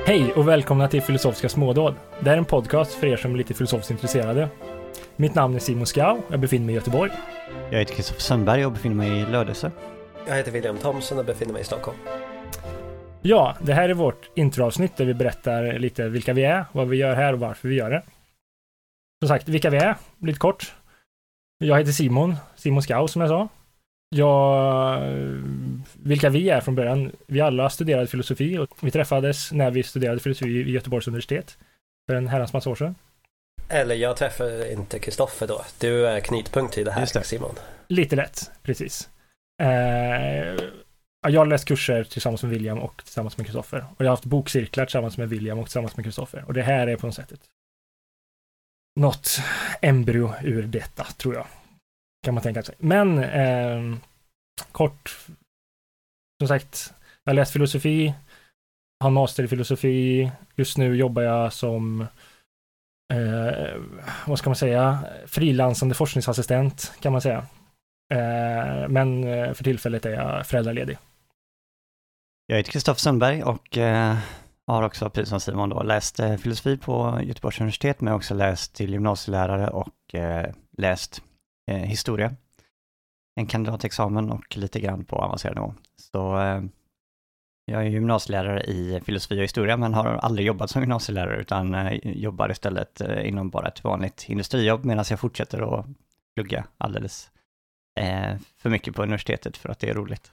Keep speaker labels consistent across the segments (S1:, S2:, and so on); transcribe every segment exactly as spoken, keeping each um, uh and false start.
S1: Hej och välkomna till Filosofiska smådåd. Det här är en podcast för er som är lite filosofiskt intresserade. Mitt namn är Simon Skau, jag befinner mig i Göteborg.
S2: Jag heter Kristoffer Sundberg och befinner mig i Lödöse.
S3: Jag heter William Thomson och befinner mig i Stockholm.
S1: Ja, det här är vårt introavsnitt där vi berättar lite vilka vi är, vad vi gör här och varför vi gör det. Som sagt, vilka vi är, lite kort. Jag heter Simon, Simon Skau som jag sa. Jag, vilka vi är från början. Vi alla studerade filosofi och vi träffades när vi studerade filosofi i Göteborgs universitet för en herrans massa år sedan.
S3: Eller jag träffar inte Kristoffer då. Du är knutpunkt i det här, det. Simon.
S1: Lite lätt, precis. Eh, jag har läst kurser tillsammans med William och tillsammans med Kristoffer. Och jag har haft bokcirklar tillsammans med William och tillsammans med Kristoffer. Och det här är på något sätt något embryo ur detta, tror jag. Kan man tänka sig. Men eh, kort, som sagt, jag har läst filosofi, har master i filosofi. Just nu jobbar jag som eh, vad ska man säga, frilansande forskningsassistent kan man säga. Eh, men för tillfället är jag föräldraledig.
S2: Jag heter Kristoffer Sundberg och eh, har också, precis som Simon då, läst eh, filosofi på Göteborgs universitet, men också läst till gymnasielärare och eh, läst eh, historia. En kandidatexamen och lite grann på avancerad nivå. Så eh, jag är gymnasielärare i filosofi och historia, men har aldrig jobbat som gymnasielärare utan eh, jobbar istället eh, inom bara ett vanligt industrijobb medan jag fortsätter att plugga alldeles eh, för mycket på universitetet för att det är roligt.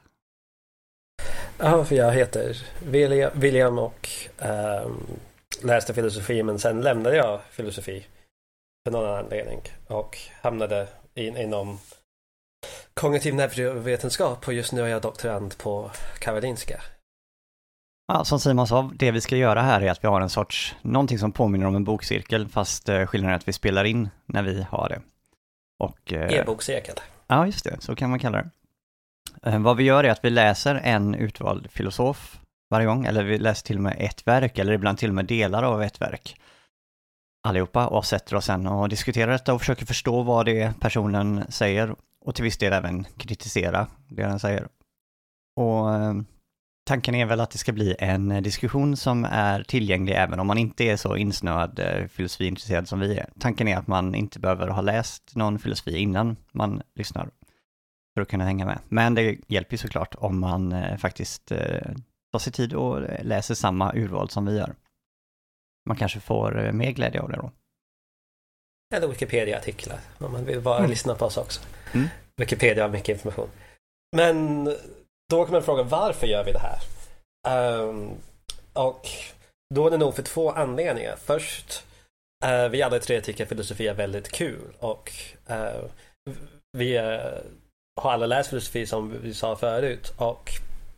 S3: Ja, för jag heter William och ähm, läste filosofi, men sen lämnade jag filosofi för någon anledning och hamnade in, inom kognitiv neurovetenskap och just nu är jag doktorand på Karolinska.
S2: Ja, som Simon sa, det vi ska göra här är att vi har en sorts, någonting som påminner om en bokcirkel, fast eh, skillnaden är att vi spelar in när vi har det. Och, eh,
S3: E-bokcirkel.
S2: Ja, just det, så kan man kalla det. Eh, vad vi gör är att vi läser en utvald filosof varje gång, eller vi läser till och med ett verk, eller ibland till och med delar av ett verk. Allihopa, och sätter oss sen och diskuterar detta och försöker förstå vad det är personen säger och till viss del även kritisera det den säger. Och eh, tanken är väl att det ska bli en diskussion som är tillgänglig även om man inte är så insnöad eh, filosofiintresserad som vi är. Tanken är att man inte behöver ha läst någon filosofi innan man lyssnar för att kunna hänga med. Men det hjälper såklart om man eh, faktiskt eh, tar sig tid och läser samma urval som vi gör. Man kanske får eh, mer glädje av det då.
S3: Eller Wikipedia-artiklar om man vill bara mm. lyssna på oss också.
S2: Mm.
S3: Wikipedia har mycket information. Men då kan man fråga, varför gör vi det här? Um, och då är det nog för två anledningar. Först, uh, vi alla tre tycker att filosofi är väldigt kul. Och uh, vi uh, har alla läst filosofi som vi sa förut. Och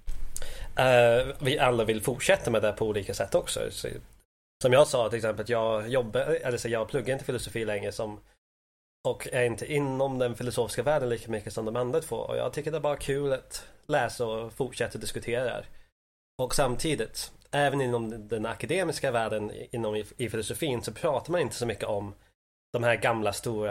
S3: uh, vi alla vill fortsätta med det på olika sätt också. Så, som jag sa till exempel, att jag jobbar, eller så jag pluggar inte filosofi längre som, och är inte inom den filosofiska världen lika mycket som de andra två. Och jag tycker det är bara kul att läsa och fortsätta diskutera. Och samtidigt, även inom den akademiska världen inom i, i filosofin så pratar man inte så mycket om de här gamla stora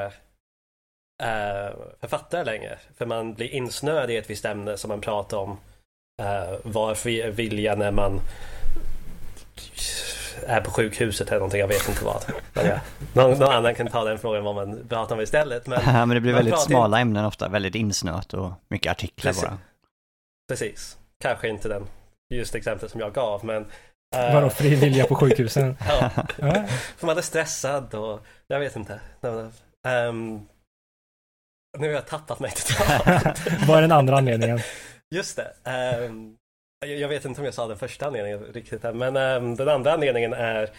S3: äh, författare längre. För man blir insnöad i ett visst ämne som man pratar om. Äh, varför vilja när man är på sjukhuset eller någonting, jag vet inte vad. Men ja, någon, någon annan kan ta den frågan vad man pratar om istället. Men,
S2: ja, men det blir väldigt smala in... ämnen ofta, väldigt insnöt och mycket artiklar.
S3: Precis.
S2: Bara.
S3: Precis. Kanske inte den just exempel som jag gav, men
S1: uh... Vadå, fri vilja på sjukhusen?
S3: Ja, för man är stressad och jag vet inte. Um, nu har jag tappat mig totalt.
S1: Vad är den andra anledningen?
S3: Just det. Um, Jag vet inte om jag sa den första anledningen riktigt här, men ähm, den andra anledningen är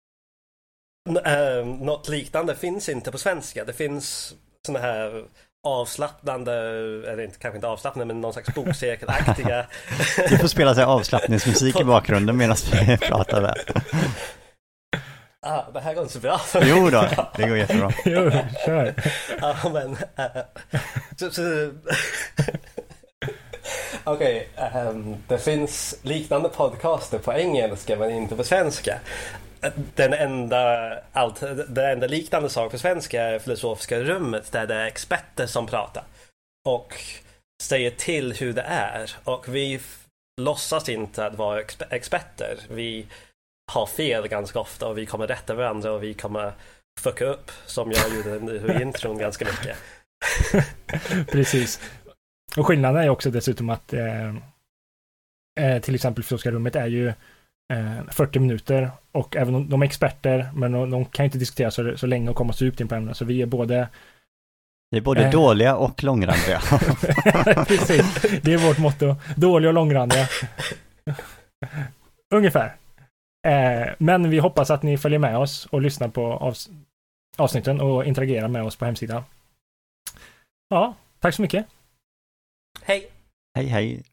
S3: ähm, något liknande finns inte på svenska. Det finns såna här avslappnande, eller inte, kanske inte avslappnande, men någon slags bokcirkelaktiga.
S2: Du får spela sig avslappningsmusik i bakgrunden medan vi pratar där.
S3: Ah, det här går inte så bra.
S2: Jo då, det går jättebra.
S1: Jo, kör.
S3: Ja, men äh, så, så Okej, okay, um, det finns liknande podcaster på engelska men inte på svenska. Den enda, allt, den enda liknande sak på svenska är Filosofiska rummet, där det är experter som pratar och säger till hur det är. Och vi låtsas inte att vara experter. Vi ha fel ganska ofta och vi kommer rätta varandra och vi kommer fucka upp som jag gjorde nu i intron ganska mycket.
S1: Precis. Och skillnaden är också dessutom att eh, eh, till exempel Filosofiska rummet är ju eh, fyrtio minuter och även om de är experter men de, de kan inte diskutera så, så länge och komma så djupt in på ämnen så vi är både
S2: Vi är både
S1: eh,
S2: dåliga och långrandiga.
S1: Precis, det är vårt motto. Dåliga och långrandiga. Ungefär. Eh, men vi hoppas att ni följer med oss och lyssnar på avs- avsnitten och interagerar med oss på hemsidan. Ja, tack så mycket.
S3: Hej!
S2: Hej hej!